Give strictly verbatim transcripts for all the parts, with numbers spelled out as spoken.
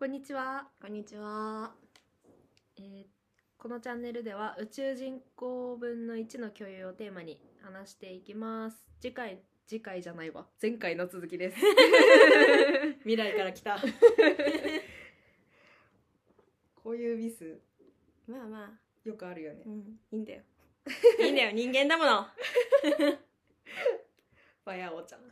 んにちは、 こんにちは。 えーこのチャンネルでは宇宙人口分のいちの共有をテーマに話していきます。次回次回じゃないわ前回の続きです未来から来た。 こういうミスまあまあ、 よくあるよね。 うん、いいんだよ。いいんだよ、人間だもの。 バヤオちゃん、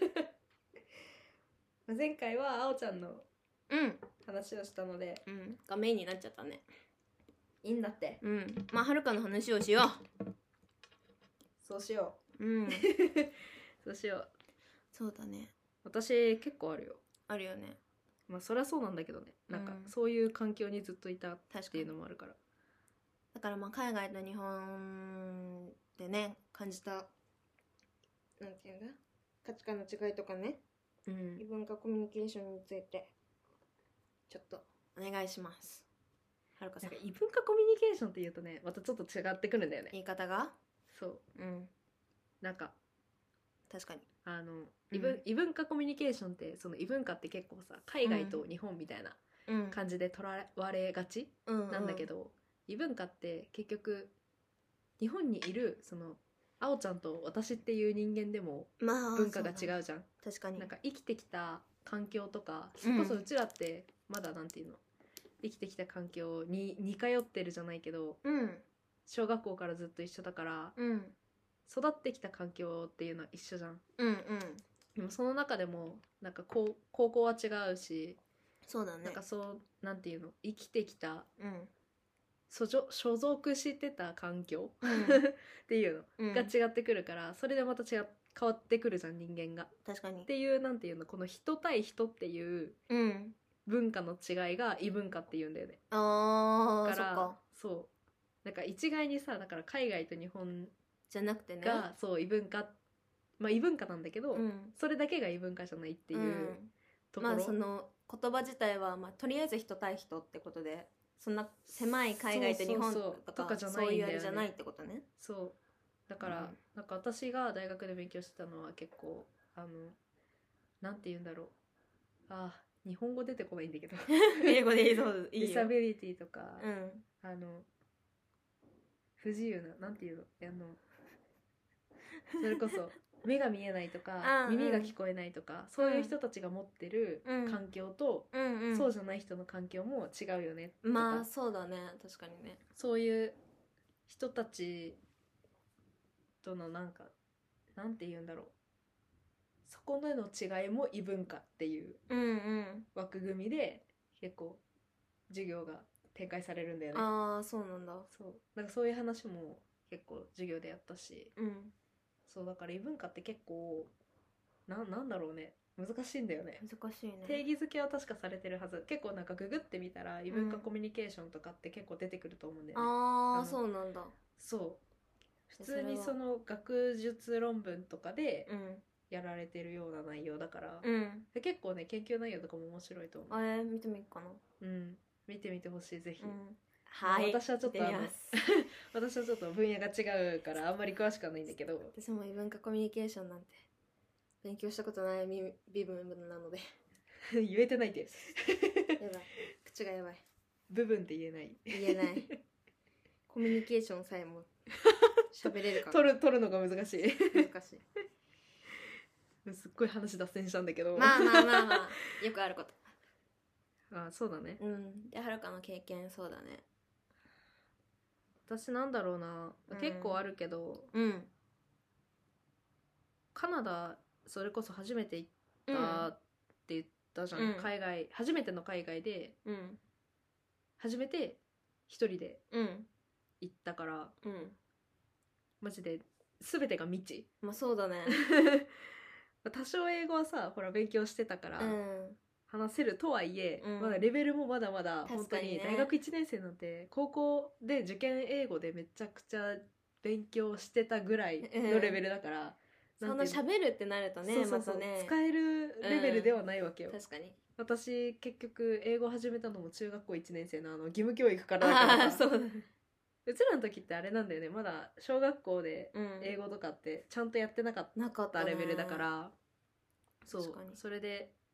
うん、前回はあおちゃんのうん話をしたので、 うん、がメインになっちゃったね。 いいんだって。 うん、まあはるかの話をしよそうしよう。うんうそうしよう。 そうだね。 私結構あるよ。 あるよね。 まあそりゃそうなんだけどね、なんかうんそういう環境にずっといたっ確かにていうのもあるから。 だからまあ海外と日本でね感じたなんていうんだ価値観の違いとかね、 うん異文化コミュニケーションについてちょっとお願いします。はるかさん、 なんか異文化コミュニケーションって言うとねまたちょっと違ってくるんだよね。 言い方がそううんなんか確かにあの異文、 うん異文化コミュニケーションってその異文化って結構さ海外と日本みたいなうん感じで捉えわれがちうんなんだけど、異文化って結局日本にいるそのあおちゃんと私っていう人間でもまあ文化が違そうだうじゃん。 確かになんか生きてきた環境とかそれこそうちらってまだなんていうの生きてきた環境に似通ってるじゃないけどうん小学校からずっと一緒だからうん育ってきた環境っていうのは一緒じゃん。 うんうんでもその中でもなんか高高校は違うし、 そうだねなんかそうなんていうの生きてきたうん所属所属してた環境、 うんっていううんのが違ってくるから、それでまた違う変わってくるじゃん人間が。 確かにっていうなんていうのこの人対人っていううん文化の違いが異文化っていうんだよね。 あーだからそっかそうなんか一概にさだから海外と日本じゃなくてねがそう異文化まあ異文化なんだけど、 うんそれだけが異文化じゃないっていううんところ、 まあその言葉自体はまあとりあえず人対人ってことでそんな狭い海外と日本そうそうそうととかじゃかそういうあないんだよねれじゃないってことね。 そうだから、 うんなんか私が大学で勉強してたのは結構あのなんて言うんだろうあ日本語出てこないんだけど英語でいいそういいよディサビリティとか、 うんあの不自由ななんていうのあのそれこそ目が見えないとかうんうん耳が聞こえないとか、そういう人たちが持ってるうん環境と、 うんうんそうじゃない人の環境も違うよねとか、 まあそうだね確かにねそういう人たちとのなんかなんて言うんだろうそこでの違いも異文化っていううんうん枠組みで結構授業が展開されるんだよね。 ああそうなんだそうなんかそういう話も結構授業でやったし、 うんそうだから異文化って結構ななんだろうね難しいんだよね。 難しいね定義づけは確かされてるはず。結構なんかググってみたら異文化コミュニケーションとかって結構出てくると思うんだよね、 あああのそうなんだそう普それは通にその学術論文とかでうんやられてるような内容だから、 うんで結構ね研究内容とかも面白いと思う。 あれ見てみっかなうん見てみてほしいぜひ、 うんはい私はちょっと見てみます私はちょっと分野が違うからあんまり詳しくはないんだけど私も異文化コミュニケーションなんて勉強したことない身身分なので言えてないってやばい口がやばい部分って言えない言えないコミュニケーションさえも喋れるか取る取るのが難しい難しいすっごい話脱線したんだけどまあまあまあまあよくあることあそうだね。 うんではるかの経験そうだね私なんだろうな、 うん結構あるけどうんカナダそれこそ初めて行うんったって言ったじゃん、 うん海外初めての海外でうん初めて一人でうん行ったからうんマジで全てが未知まあそうだね多少英語はさほら勉強してたからうん話せるとはいえ、 うんまだレベルもまだまだ本当確かにねに大学いちねん生なんて高校で受験英語でめちゃくちゃ勉強してたぐらいのレベルだから、 そんな喋るってなるとねそうそうそうまたね使えるレベルではないわけよ、 確かに私結局英語始めたのも中学校いちねん生のあの義務教育からだからさああそうだねうちらの時ってあれなんだよねまだ小学校でうん英語とかってちゃんとやってなかっなかったたねレベルだから、そう確かにそれで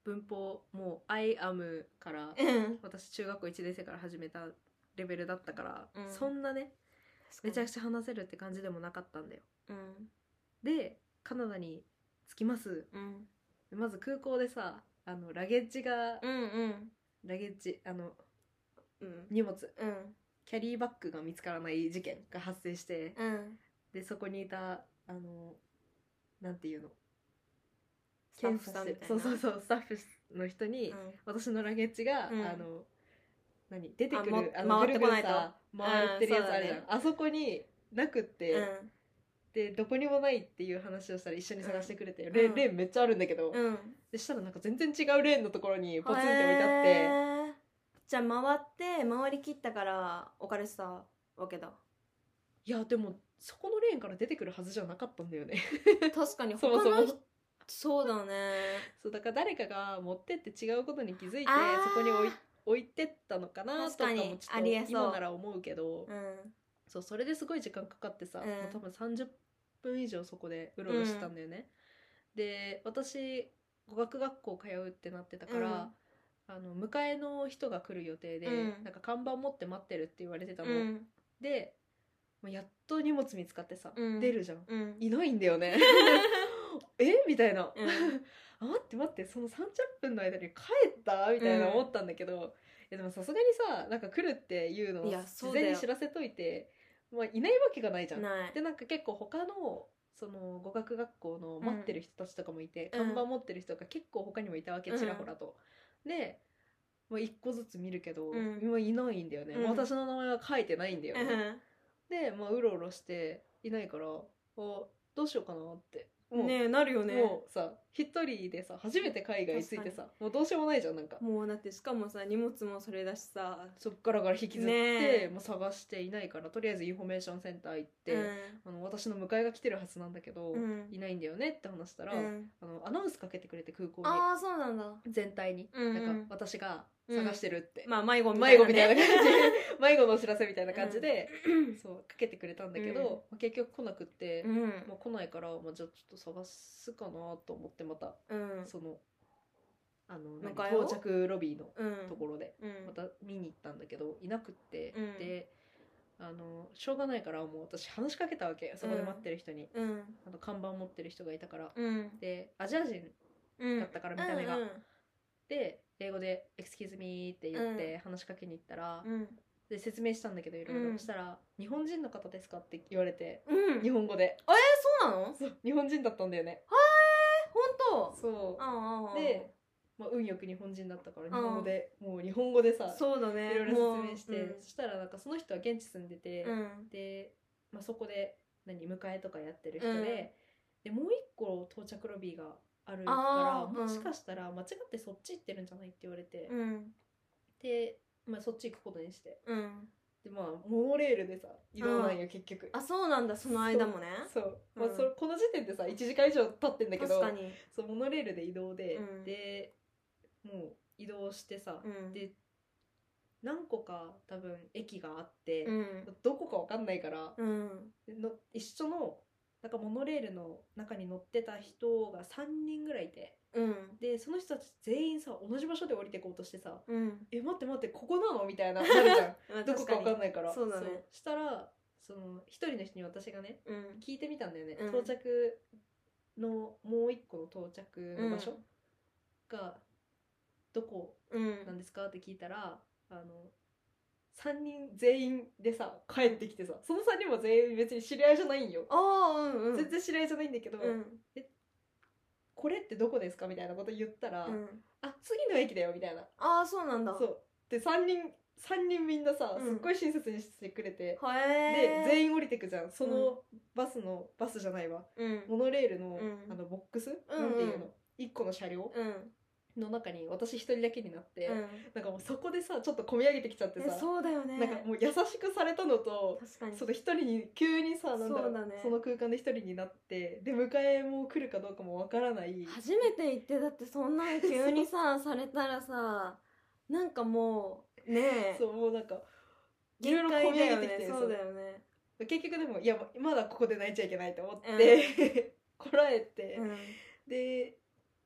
文法もう I am からうん私中学校いちねん生から始めたレベルだったから、 うんそんなねめちゃくちちゃ話せるって感じでもなかったんだよ。 ゃうんでカナダに着きます。 うんまず空港でさあのラゲッジが、 うんうんラゲッジあのうん荷物うんキャリーバッグが見つからない事件が発生して、 うんでそこにいたあのなんていうのスタッフさんみたいなそうそうそうスタッフの人に、 うん私のラゲッジが、 うんあの何出てくあもるあの回ってこないとぐるぐるさ回ってるやつあるじゃん、 うんそうだねあそこになくって、 うんでどこにもないっていう話をしたら一緒に探してくれて、 んレレーンめっちゃあるんだけど、 うんでしたらなんか全然違うレーンのところにポツンって置いてあって、 へーじゃあ回って回りきったから置かれてたわけだ。 いやでもそこのレーンから出てくるはずじゃなかったんだよね確かにそもそも他の人そうだね。 そうだから誰かが持ってって違うことに気づいてあーそこに置い置いてったのかなとかも確かにちょっとありえそう今なら思うけど、 うんそうそれですごい時間かかってさ、 うんもう多分さんじゅっぷん以上そこでうろうろしてたんだよね、で私語学学校通うってなってたから、あの迎えの人が来る予定で、 うんなんか看板持って待ってるって言われてたの、 うんでもうやっと荷物見つかってさ、 うん出るじゃん、 うんいないんだよねえみたいな、 うんあ待って待ってそのさんじゅっぷんの間に帰ったみたいな思ったんだけど、いやでもさすがにさなんか来るっていうのをいや事そうだよ前に知らせといて、まあ、いないわけがないじゃん。 ないでなんか結構他のその語学学校の待ってる人たちとかもいて、 うん看板持ってる人が結構他にもいたわけ、 うんちらほらと。でもう一個ずつ見るけど、 うん今いないんだよね、 うんもう私の名前は書いてないんだよね、 うんで、まあ、うろうろしていないから、あどうしようかなってもう,、 ねえなるよね。 もうさ一人でさ初めて海外着いてさもうどうしようもないじゃんなんかもうだってしかもさ荷物もそれだしさ、 そっからから引きずって、 ねえもう探していないからとりあえずインフォメーションセンター行って、 うんあの私の迎えが来てるはずなんだけど、 うんいないんだよねって話したら、 うんあのアナウンスかけてくれて空港にああそうなんだ。 全体に、 うんうんなんか私が探してるって、 まあ迷子みた迷子いな、ね、 みたいな感じで迷子のお知らせみたいな感じで、そうかけてくれたんだけど、まあ結局来なくって、 うんもう来ないから、まあ、じゃあちょっと探すかなと思ってまた、 うんそのあの何迎えを到着ロビーのうんところでうんまた見に行ったんだけどいなくって、 うんであのしょうがないからもう私話しかけたわけそこで待ってる人に、 うんあの看板持ってる人がいたから、 うんでアジア人うんだったから見た目が、 うんで英語で「Excuse me」って言って話しかけに行ったら、 うんで説明したんだけどいろいろ、 うんしたら「日本人の方ですか?」って言われて、 うん日本語でそうなの？ そう日本人だったんだよね。 本当？ そああうで、まあ、運よく日本人だったから日本語で、もう日本語でさそうだね。 いろいろ説明して、 もうそしたらなんかその人は現地住んでて、 うんで、まあ、そこで何迎えとかやってる人で、 うんでもう一個到着ロビーがあるかあーらもしかしたら間違ってそっち行ってるんじゃないって言われて、 うんで、まあ、そっち行くことにしてうんでまあモノレールでさ移動なんよ、結局あそうなんだその間もね。 そう、 うんまあ、それこの時点でさいちじかん以上経ってんだけど確かに。 そうモノレールで移動で、 うんでもう移動してさ、 うんで何個か多分駅があって、 うんどこかわかんないから、 うんの一緒のなんかモノレールの中に乗ってた人がさんにんぐらいいて、 うんでその人たち全員さ同じ場所で降りてこうとしてさうんえ待って待ってここなのみたいななるじゃんまあどこかわかんい。 ないからそうだねしたらその一人の人に私がねうん聞いてみたんだよね、 うん到着のもう一個の到着の場所がどこうんなんですかって聞いたらあのさんにん全員でさ帰ってきてさそのさんにんも全員別に知り合いじゃないんよ、 ああうんうん全然知り合いじゃないんだけど、 うんこれってどこですかみたいなこと言ったら、 うんあ次の駅だよみたいなああそうなんだ。 そうでさんにんさんにんみんなさうんすっごい親切にしてくれて、 はでえ全員降りてくじゃんそのバスのバスじゃないわうんモノレールの,、 うんあのボックス、 うんなんていうのいっこの車両うんの中に私一人だけになって、 うんなんかもうそこでさちょっと込み上げてきちゃってえさ、 そうだよね。 なんかもう優しくされたのと確かに。 その一人に急にさなんだろうそうだねその空間で一人になってで迎えも来るかどうかもわからない初めて行ってだってそんな急にさされたらさなんかもうねえそうもうなんかいろいろ限界込みだよね。 上げてきてそうだよね。 そう結局でもいやまだここで泣いちゃいけないと思って、こらえて、 うんで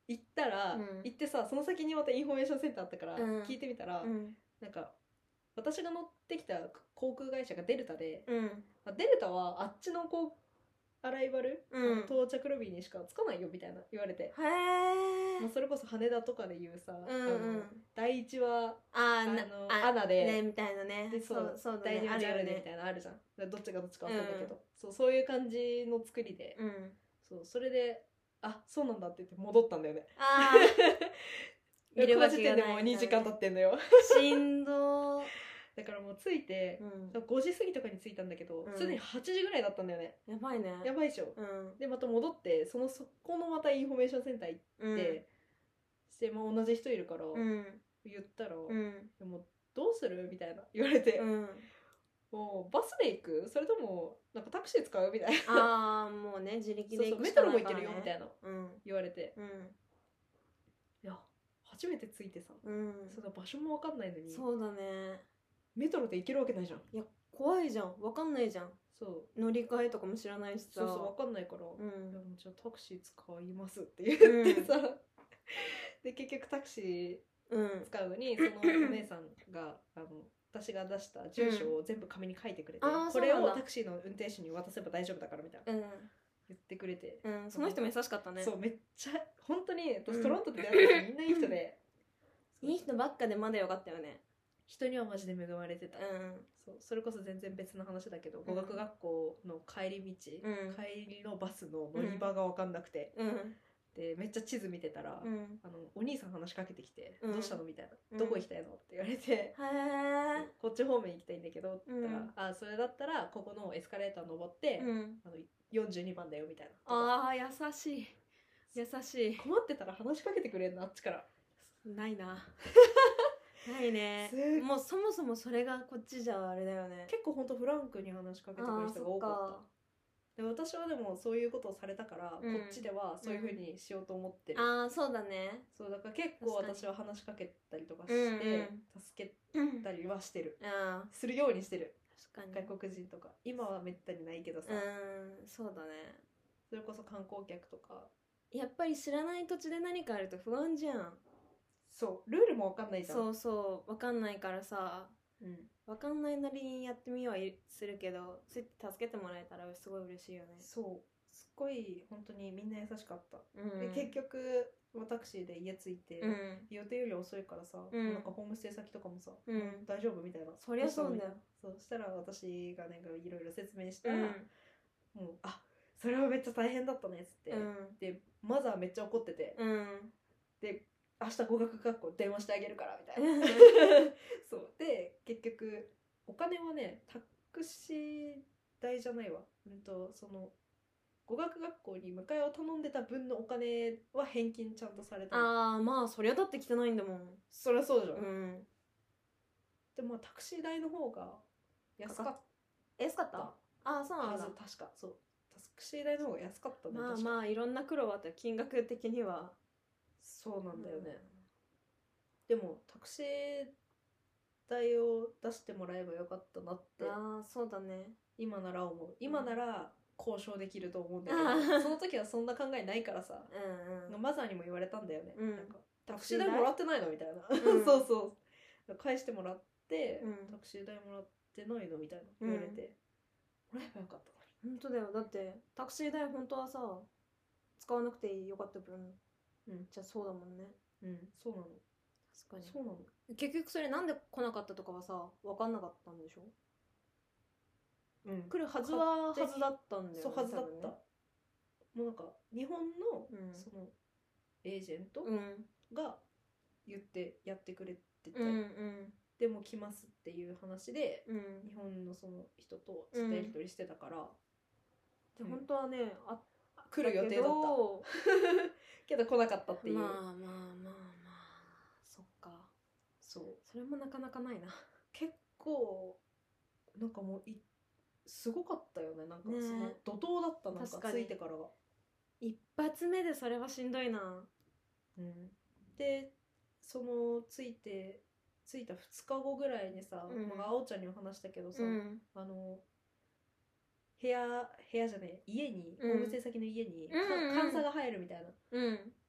行ったら、 うん行ってさその先にまたインフォメーションセンターあったから、 うん聞いてみたら、 うんなんか私が乗ってきた航空会社がデルタで、 うんあデルタはあっちのこうアライバル、 うんあの到着ロビーにしかつかないよみたいな言われて、 へえもうそれこそ羽田とかで言うさ、 うんうんあの第一はあーあのなアナで、 ねみたいなねでそうそうだ第二はねあるジャよねルでみたいなのあるじゃん。どっちがどっちか忘れたけど、 うんそうそういう感じの作りで、 うんそうそれであそうなんだって言って戻ったんだよね。 あこの時点でもうにじかん経ってんのよ。 ーしんどーだからもう着いてうんごじ過ぎとかに着いたんだけど、 うんすでにはちじぐらいだったんだよね。 やばいねやばいでしょ。 うんでまた戻ってそのそこのまたインフォメーションセンター行っうんて、してもう同じ人いるからうん言ったら、 うんでもどうするみたいな言われて、 うんもうバスで行くそれともなんかタクシー使うみたいな。 ああもうね自力そうそうで行くしメトロも行けかないからねるよみたいなうん言われて、 うんいや初めて着いてさ、 うんその場所も分かんないのにそうだねメトロで行けるわけないじゃん。 いや怖いじゃんわかんないじゃんそう乗り換えとかも知らないしさそうそう分かんないから、 うんいやもうじゃあタクシー使いますって言ってさ、で結局タクシうんー使うのにそのお姉さんがあの私が出した住所を全部紙に書いてくれて、 うんあーこれそうなんだをタクシーの運転手に渡せば大丈夫だからみたいなうん言ってくれて、 うんその人も優しかったねそうめっちゃ本当にうん私トロントで出会った人みんないい人で、 いい人ばっかでまだよかったよね人にはマジで恵まれてた、 うんそうそれこそ全然別の話だけど、 うん語学学校の帰り道、 うん帰りのバスの乗り場が分かんなくて、 うんでめっちゃ地図見てたら、 うんあのお兄さん話しかけてきて「 うんどうしたの?」みたいな「 うんどこ行きたいの?」って言われて、 へえこっち方面行きたいんだけどって言ったらうん 「あそれだったらここのエスカレーター登って、 うんあのよんじゅうにばんだよ」みたいな。 あー優しい優しい困ってたら話しかけてくれんのあっちから。 ないなないねすっもうそもそもそれがこっちじゃあれだよね結構ほんとフランクに話しかけてくれる人が多かった。で私はでもそういうことをされたから、 うんこっちではそういう風にしようと思ってる、 ああそうだねそうだから結構確かに私は話しかけたりとかして、 うんうん助けうんたりはしてる、 あするようにしてる。 確かに外国人とか今はめったにないけどさ、 うんそうだねそれこそ観光客とかやっぱり知らない土地で何かあると不安じゃんそうルールも分かんないじゃん。 そうそう分かんないからさうん、 分かんないなりにやってみようはするけどそうやって助けてもらえたらすごい嬉しいよねそうすっごい本当にみんな優しかった、 うんで結局まあタクシーで家着いて、 うん予定より遅いからさ、 うんなんかホームステイ先とかもさ、 うん大丈夫みたいな、 そりゃそうだよそうしたら私がなんかいろいろ説明したら、 うんもうあそれはめっちゃ大変だったねっつって、 うんでマザーめっちゃ怒ってて、 うんで明日語学学校電話してあげるからみたいなそうで結局お金はねタクシー代じゃないわ、うんとその語学学校に迎えを頼んでた分のお金は返金ちゃんとされたの。 ああまあそりゃだって汚いんだもんそりゃそうじゃん、 うんでもまあタクシー代の方が安かっ安かったたああそうなんだはず、確かそうタクシー代の方が安かったね、 まあ確かまあいろんな苦労はあった金額的にはそうなんだよね、でもタクシー代を出してもらえばよかったなってああそうだね今なら思う。今なら交渉できると思うんだけあど、 ーその時はそんな考えないからさ、 うんうんマザーにも言われたんだよね、 うんなんかタクシー代もらってないのみたいな、 うんそうそう返してもらって、 うんタクシー代もらってないのみたいな言われて、もらえばよかった本当だよだってタクシー代本当はさ使わなくてよかった分、 うんじゃあそうだもんねのに。うん、そうなの。 確かにそうなの。 結局それなんで来なかったとかはさ分かんなかったんでしょうん、 来るはずはは勝手にずだったんだよねそうはずだった。 多分ねもうなんか日本の、 うんそのエージェントうんが言ってやってくれてて、 うんうんでも来ますっていう話で、 うん日本のその人とちょっとやり取りしてたから、 でうん本当はねあっ来る予定だったけど来なかったっていう、 まあまあまあまあそっかそうそれもなかなかないな結構なんかもういすごかったよね、なんかそねの怒涛だった、なんか確かについてからが、 一発目でそれはしんどいなうん、でそのついて着いたふつかごぐらいにさ、 うんまあ、あおちゃんにも話したけどさ、 うんあの部屋部屋じゃねえ家に、 うんホームステイ先の家に、かうんうん監査が入るみたいなうん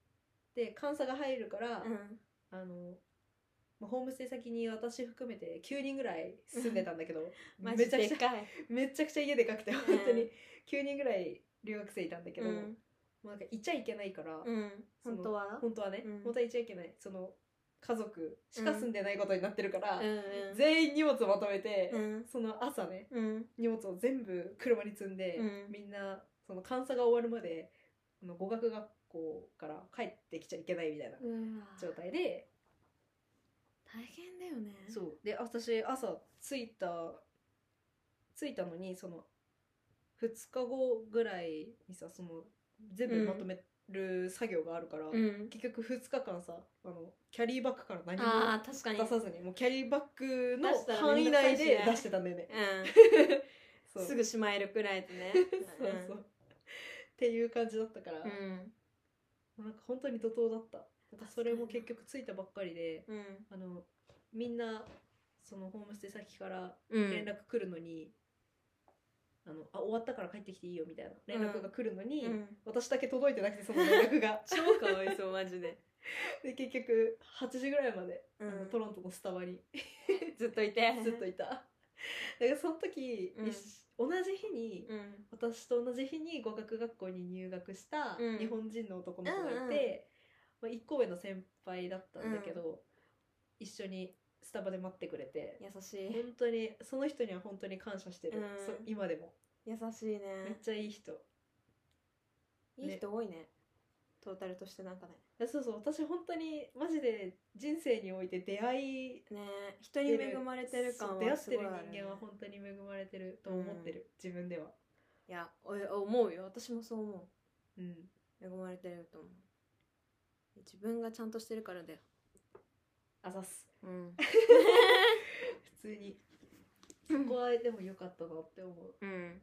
で監査が入るから、 うんあのまあホームステイ先に私含めてきゅうにんぐらい住んでたんだけどマジめちゃくちゃでかいめちゃくちゃ家でかくてん本当にきゅうにんぐらい留学生いたんだけど、 うんもうなんかいちゃいけないから、 うんその本当は本当はね、 うん本当はいちゃいけないその家族しか住んでないことになってるから、 うんうん全員荷物をまとめて、 うんその朝ねうん荷物を全部車に積んで、 うんみんなその監査が終わるまであの語学学校から帰ってきちゃいけないみたいなうわ状態で、 大変だよねそうで私朝着いた着いたのにそのふつかごぐらいにさその全部まとめる作業があるから、 うん結局ふつかかんさあのキャリーバッグから何もあー確かに出さずにもうキャリーバッグの出したら範囲内でめんどくさいしね出してたんだよね。 うんそうすぐしまえるくらいでねそうそう、っていう感じだったから、 うんなんか本当に怒涛だった。なんかそれも結局着いたばっかりで、 うんあのみんなそのホームステイ先からうん連絡来るのに、あのあ終わったから帰ってきていいよみたいな連絡が来るのに、 うん私だけ届いてなくてその連絡が超かわいそうマジでで結局はちじぐらいまで、 うんあのトロントのスタバにずっといてずっといた。だからその時、 うん一緒同じ日に、 うん私と同じ日に語学学校に入学したうん日本人の男の子がいて、 うんうんまあ、いっこ上の先輩だったんだけど、一緒にスタバで待ってくれて、 優しい本当にその人には本当に感謝してる、 うんそ今でも優しいめっねちゃいい人。 いい人多いねトータルとしてなんかねいやそうそう私本当にマジで人生において出会いね人に恵まれてる感そう出会ってるはすごいある、ね、 人間は本当に恵まれてると思ってる、自分では。 いやお思うよ私もそう思うんう恵まれてると思う自分がちゃんとしてるからだよあざっすうん普通にそこはでも良かったなって思う。 うん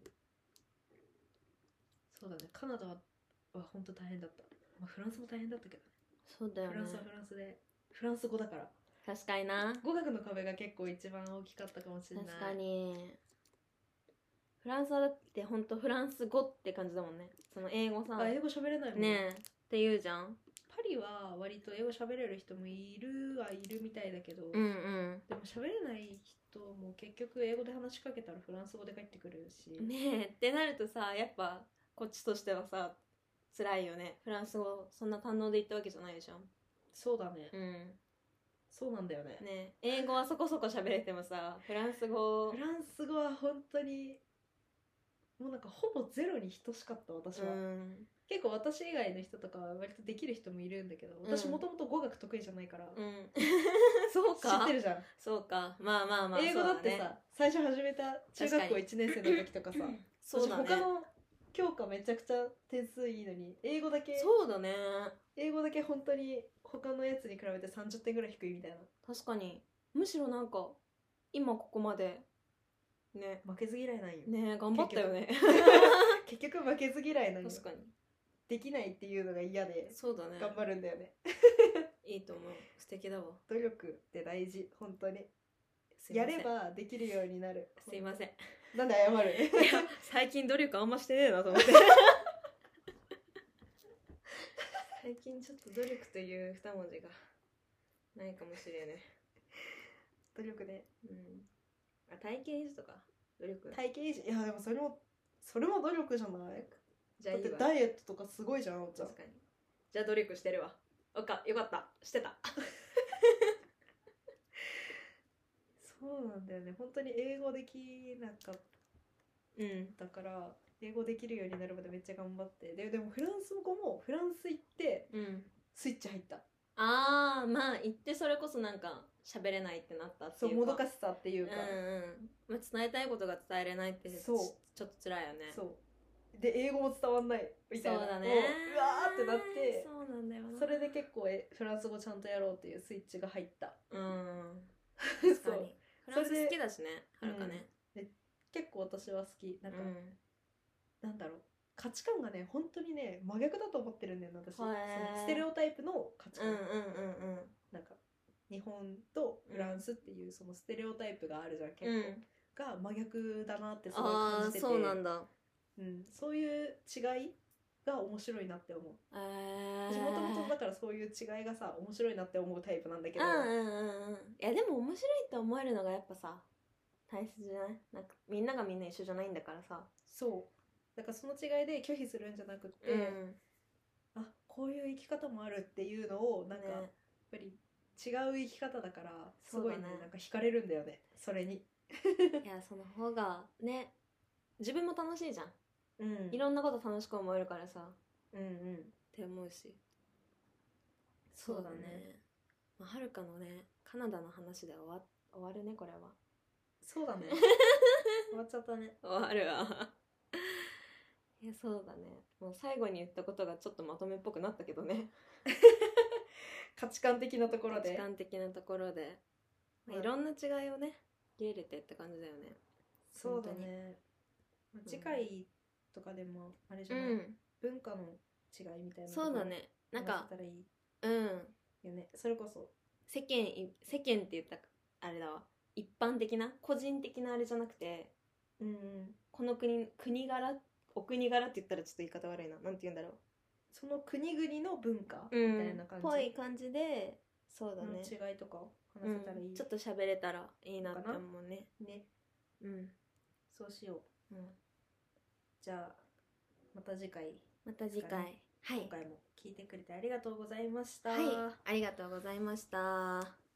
そうだねカナダは本当大変だった、まあ、フランスも大変だったけどね。 そうだよねフランスはフランスでフランス語だから確かにな語学の壁が結構一番大きかったかもしれない。 確かにフランスはだってほんとフランス語って感じだもんねその英語さあ英語喋れないもんねえって言うじゃんパリは割と英語喋れる人もいるはいるみたいだけど、 うんうんでも喋れない人も結局英語で話しかけたらフランス語で帰ってくるし、 ねえってなるとさやっぱこっちとしてはさ辛いよねフランス語そんな堪能で言ったわけじゃないでしょそうだね、 うんそうなんだよね。 ね英語はそこそこ喋れてもさフランス語フランス語は本当にもうなんかほぼゼロに等しかった私は、 うん結構私以外の人とかは割とできる人もいるんだけど、 うん私もともと語学得意じゃないから、 うんそう知かってるじゃん。 そうかまあまあまあ英語だってさ、 そうね最初始めた中学校いちねん生の時とかさそうだね私他の教科めちゃくちゃ点数いいのに英語だけそうだね英語だけ本当に他のやつに比べてさんじゅってんぐらい低いみたいな。 確かにむしろなんか今ここまでね負けず嫌いなんよ、 ね頑張ったよね結局負けず嫌いなんよ。 確かにできないっていうのが嫌でそうだね頑張るんだよね。 いいと思う素敵だわ努力って大事本当に。 すいませんやればできるようになる。 すいませんなんで謝るいや最近努力あんましてねえなと思って最近ちょっと努力という二文字がないかもしれね努力ね。 うんあ体型維持とか努力体型維持いやでもそれもそれも努力じゃない。だってじゃあいいわダイエットとかすごいじゃんおっちゃん。 確かにじゃあ努力してるわおっかよかったしてたそうなんだよね本当に英語できなかっうんたから英語できるようになるまでめっちゃ頑張ってででもフランス語もフランス行ってうんスイッチ入った。 あーまあ言ってそれこそなんか喋れないってなったってそいううかもどかしさっていうか、 うんうんまあ、伝えたいことが伝えれないってそうちょっと辛いよねそうで英語も伝わんないみたいなそうだねもううわーってなってそうなんだよなそれで結構えフランス語ちゃんとやろうっていうスイッチが入った。 うんそう確かにフランス好きだしねはるかね結構私は好きなんか、 うんなんだろう価値観がね本当にね真逆だと思ってるんだよね私。そのへーステレオタイプの価値観、 うんうんうんうんなんか日本とフランスっていうそのステレオタイプがあるじゃん結構、 うんが真逆だなってすごいああ感じててそうなんだうん、そういう違いが面白いなって思う。 えー、 私もともとだからそういう違いがさ面白いなって思うタイプなんだけど、 うんうんうんうんいやでも面白いって思えるのがやっぱさ大切じゃない？なんかみんながみんな一緒じゃないんだからさ。 そうだからその違いで拒否するんじゃなくって、 うんあこういう生き方もあるっていうのをなんか、 ねやっぱり違う生き方だからすごいねそうだねなんか惹かれるんだよねそれに。 いやその方がね自分も楽しいじゃん、 うんいろんなこと楽しく思えるからさっうんうんて思うし。 そうだね。 まあ、はるかのねカナダの話で終わ終わるねこれは。 そうだね終わっちゃったね。 終わるわいやそうだねもう最後に言ったことがちょっとまとめっぽくなったけどね価値観的なところで価値観的なところで、まあ、 はいいろんな違いをね受け入れてって感じだよね。 そうだね、まあ次回とかでもあれじゃない、 うん文化の違いみたいなそうだねなん話かせたらいいうんよね。それこそ世間い世間って言ったあれだわ一般的な個人的なあれじゃなくてうんうんこの国国柄お国柄って言ったらちょっと言い方悪いななんて言うんだろその国々の文化う、 みたいな感じ、 ぽい感じでそうだのね違いとかを話せたらいい、 うん、ちょっと喋れたらいいなって思うね。 ねうん、 そうしよう。 うん、 じゃあまた次回、 また次回、はい今回も聞いてくれてありがとうございました。 はいありがとうございました。